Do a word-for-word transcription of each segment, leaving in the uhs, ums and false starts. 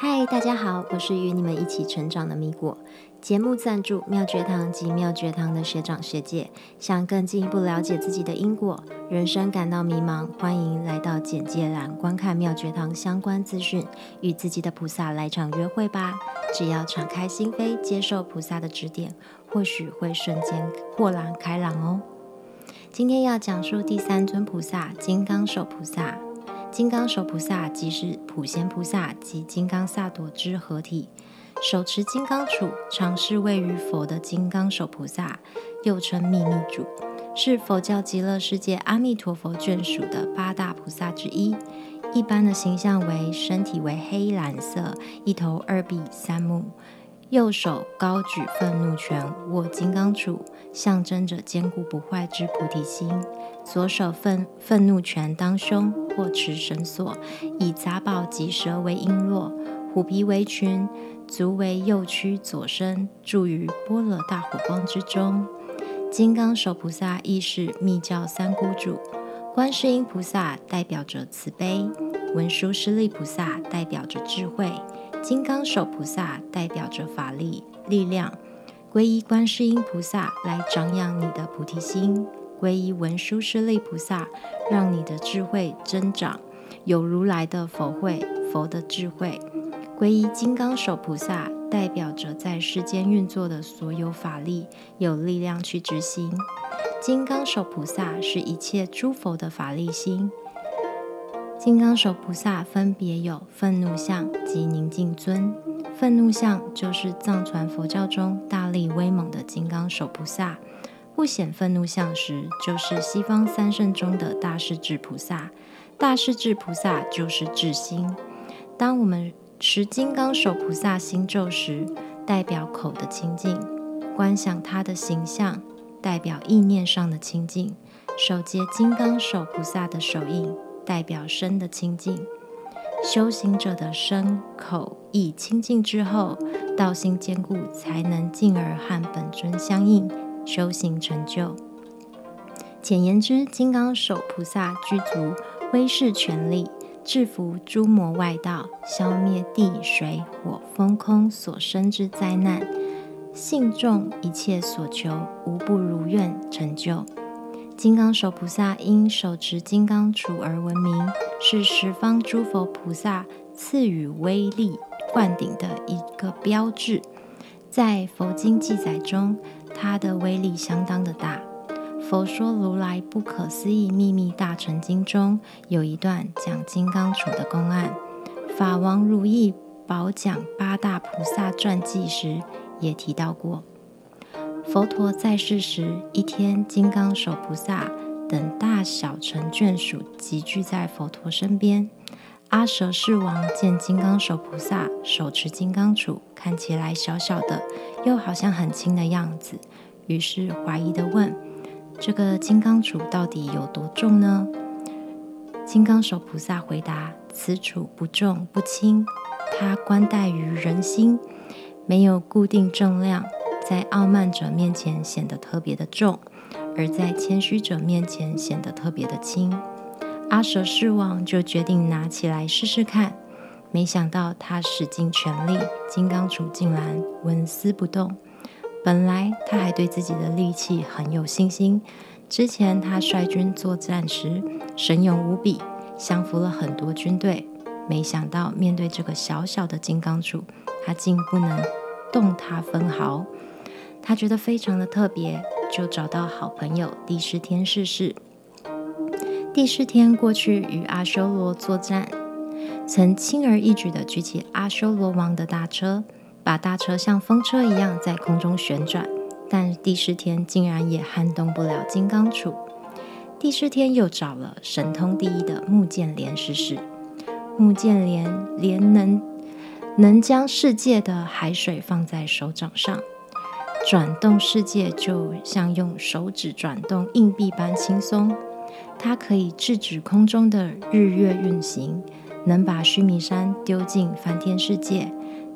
嗨，大家好，我是与你们一起成长的米果。节目赞助妙觉堂及妙觉堂的学长学姐，想更进一步了解自己的因果，人生感到迷茫，欢迎来到简介栏观看妙觉堂相关资讯，与自己的菩萨来场约会吧。只要敞开心扉，接受菩萨的指点，或许会瞬间豁然开朗哦。今天要讲述第三尊菩萨金刚手菩萨。金刚手菩萨即是普贤菩萨及金刚萨埵之合体，手持金刚杵，常是位于佛的金刚手菩萨，又称秘密主，是佛教极乐世界阿弥陀佛眷属的八大菩萨之一。一般的形象为身体为黑蓝色，一头二臂三目，右手高举愤怒拳，握金刚杵，象征着坚固不坏之菩提心。左手愤愤怒拳当胸，或持绳索，以杂宝及蛇为璎珞，虎皮为裙，足为右屈左伸，住于般若大火光之中。金刚手菩萨亦是密教三姑主，观世音菩萨代表着慈悲，文殊师利菩萨代表着智慧，金刚手菩萨代表着法力力量。皈依观世音菩萨来长养你的菩提心，皈依文殊师利菩萨，让你的智慧增长，有如来的佛慧，佛的智慧。皈依金刚手菩萨，代表着在世间运作的所有法力，有力量去执行。金刚手菩萨是一切诸佛的法力心。金刚手菩萨分别有愤怒相及宁静尊。愤怒相就是藏传佛教中大力威猛的金刚手菩萨，不显愤怒相时，就是西方三圣中的大势至菩萨。大势至菩萨就是智心。当我们持金刚手菩萨心咒时，代表口的清净；观想他的形象，代表意念上的清净；手结金刚手菩萨的手印，代表身的清净。修行者的身口意清净之后，道心坚固，才能进而和本尊相应，修行成就。简言之，金刚手菩萨具足威势权力，制服诸魔外道，消灭地水火风空所生之灾难，信众一切所求，无不如愿成就。金刚手菩萨因手持金刚杵而闻名，是十方诸佛菩萨赐予威力灌顶的一个标志。在佛经记载中，它的威力相当的大。佛说如来不可思议秘密大乘经中有一段讲金刚杵的公案，法王如意宝讲八大菩萨传记时也提到过。佛陀在世时，一天金刚手菩萨等大小乘眷属集聚在佛陀身边。阿舍世王见金刚手菩萨手持金刚杵，看起来小小的，又好像很轻的样子，于是怀疑地问：这个金刚杵到底有多重呢？金刚手菩萨回答：此杵不重不轻，它观待于人心，没有固定重量，在傲慢者面前显得特别的重，而在谦虚者面前显得特别的轻。阿舍世王就决定拿起来试试看，没想到他使尽全力，金刚杵竟然纹丝不动。本来他还对自己的力气很有信心，之前他率军作战时神勇无比，降服了很多军队，没想到面对这个小小的金刚杵，他竟不能动它分毫。他觉得非常的特别，就找到好朋友帝释天试试。帝释天过去与阿修罗作战，曾轻而易举地举起阿修罗王的大车，把大车像风车一样在空中旋转，但帝释天竟然也撼动不了金刚杵。帝释天又找了神通第一的目犍连试试。目犍连连能能将世界的海水放在手掌上，转动世界就像用手指转动硬币般轻松。它可以制止空中的日月运行，能把须弥山丢进梵天世界，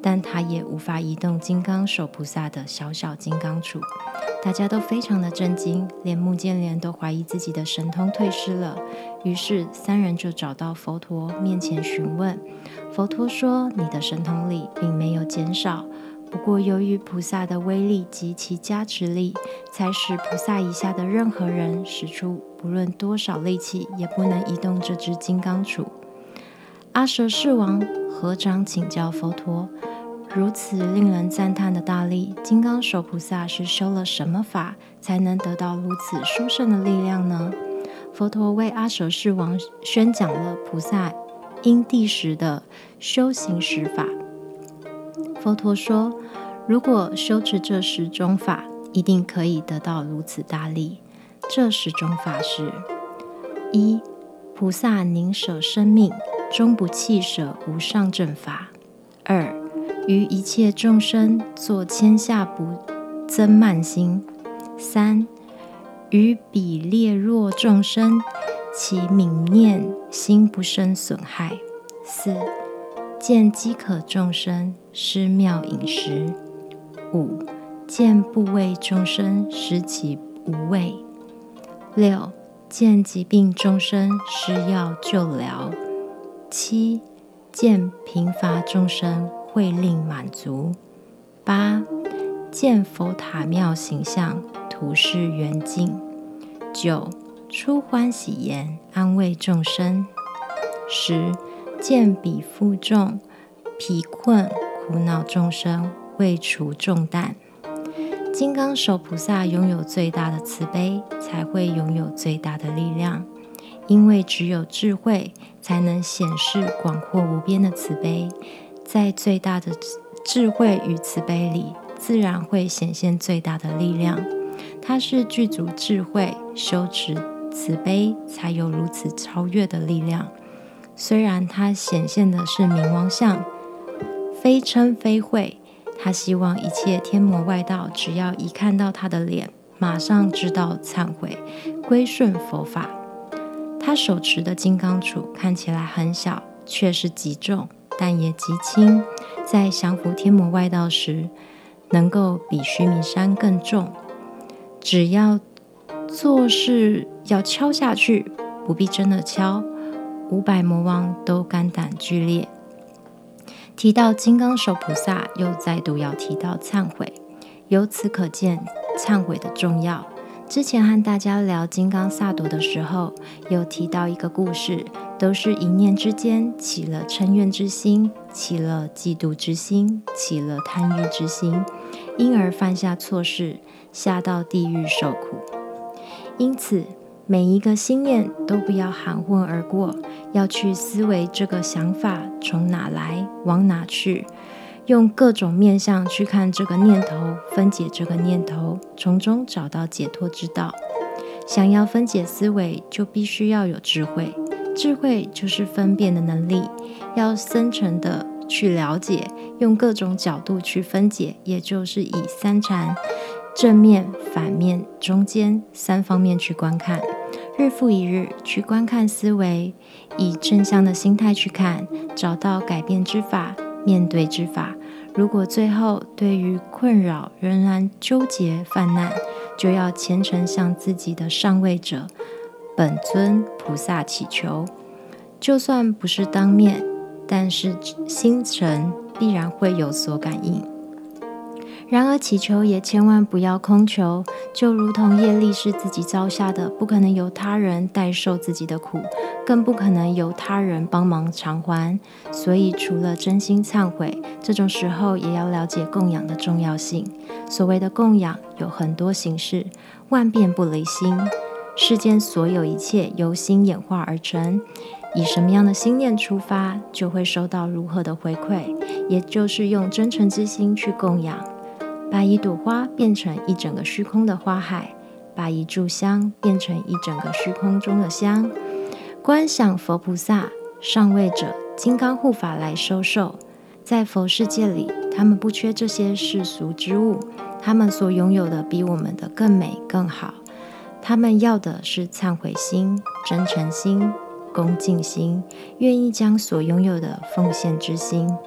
但他也无法移动金刚手菩萨的小小金刚杵。大家都非常的震惊，连目犍连都怀疑自己的神通退失了。于是三人就找到佛陀面前询问。佛陀说，你的神通力并没有减少，不过由于菩萨的威力及其加持力，才使菩萨以下的任何人使出不论多少力气也不能移动这只金刚杵。阿舍世王合掌请教佛陀，如此令人赞叹的大力，金刚手菩萨是修了什么法才能得到如此殊胜的力量呢？佛陀为阿舍世王宣讲了菩萨因地时的修行十法。佛陀说，如果修持这十种法，一定可以得到如此大力。这十种法是：一、菩萨宁舍生命，终不弃舍无上正法；二、于一切众生作谦下不增慢心；三、于彼劣弱众生，其泯念心不生损害；四、见饥渴众生，施妙饮食；五、见怖畏众生，施其无畏；六、见疾病众生，施药救疗；七、见贫乏众生，会令满足；八、见佛塔庙形象，图示圆净；九、出欢喜言，安慰众生；十、见彼负重、疲困、苦恼众生，为除重担。金刚手菩萨拥有最大的慈悲，才会拥有最大的力量。因为只有智慧，才能显示广阔无边的慈悲。在最大的智慧与慈悲里，自然会显现最大的力量。它是具足智慧，修持慈悲，才有如此超越的力量。虽然它显现的是冥王相，非嗔非恚，他希望一切天魔外道只要一看到他的脸，马上知道忏悔，归顺佛法。他手持的金刚杵看起来很小，却是极重，但也极轻，在降服天魔外道时，能够比须弥山更重。只要做事要敲下去，不必真的敲，五百魔王都肝胆俱裂。提到金刚手菩萨，又再度要提到忏悔，由此可见忏悔的重要。之前和大家聊金刚萨埵的时候，有提到一个故事，都是一念之间起了嗔怨之心，起了嫉妒之心，起了贪欲之心，因而犯下错事，下到地狱受苦。因此每一个心念都不要含混而过，要去思维这个想法从哪来，往哪去，用各种面向去看这个念头，分解这个念头，从中找到解脱之道。想要分解思维，就必须要有智慧，智慧就是分辨的能力，要深层的去了解，用各种角度去分解，也就是以三禅、正面、反面、中间三方面去观看，日复一日去观看思维，以正向的心态去看，找到改变之法，面对之法。如果最后对于困扰仍然纠结犯难，就要虔诚向自己的上位者本尊菩萨祈求，就算不是当面，但是心神必然会有所感应。然而祈求也千万不要空求，就如同业力是自己造下的，不可能由他人代受自己的苦，更不可能由他人帮忙偿还。所以除了真心忏悔，这种时候也要了解供养的重要性。所谓的供养有很多形式，万变不离心。世间所有一切由心演化而成，以什么样的心念出发，就会收到如何的回馈，也就是用真诚之心去供养。把一朵花变成一整个虚空的花海，把一炷香变成一整个虚空中的香。观想佛菩萨、上位者、金刚护法来收受，在佛世界里，他们不缺这些世俗之物，他们所拥有的比我们的更美更好。他们要的是忏悔心、真诚心、恭敬心，愿意将所拥有的奉献之心。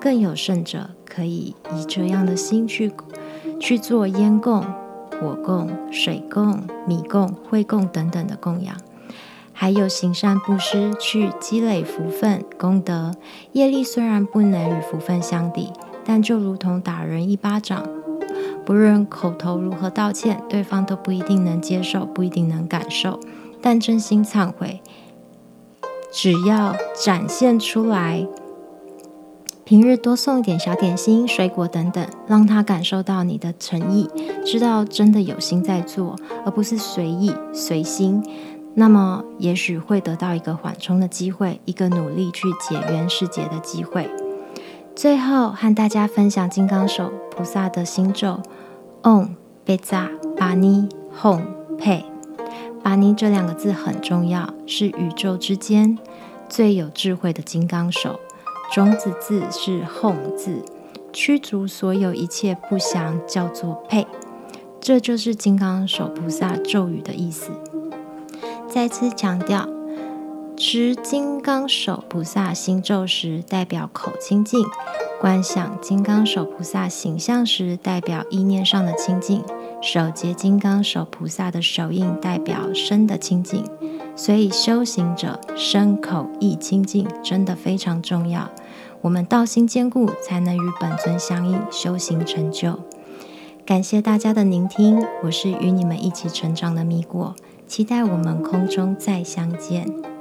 更有甚者，可以以这样的心去去做烟供、火供、水供、米供、灰供等等的供养，还有行善布施去积累福分功德。业力虽然不能与福分相抵，但就如同打人一巴掌，不论口头如何道歉，对方都不一定能接受，不一定能感受，但真心忏悔，只要展现出来，平日多送一点小点心、水果等等，让他感受到你的诚意，知道真的有心在做，而不是随意随心，那么也许会得到一个缓冲的机会，一个努力去解冤释结的机会。最后和大家分享金刚手菩萨的心咒 Om Beza Bani Hong Pe。 巴尼这两个字很重要，是宇宙之间最有智慧的金刚手，种子字是 Hong 字，驱逐所有一切不祥，叫做 Pe。 这就是金刚手菩萨咒语的意思。再次强调，持金刚手菩萨心咒时代表口清净，观想金刚手菩萨形象时代表意念上的清净，手结金刚手菩萨的手印代表身的清净。所以修行者身口意清净真的非常重要，我们道心坚固，才能与本尊相应，修行成就。感谢大家的聆听，我是与你们一起成长的米果，期待我们空中再相见。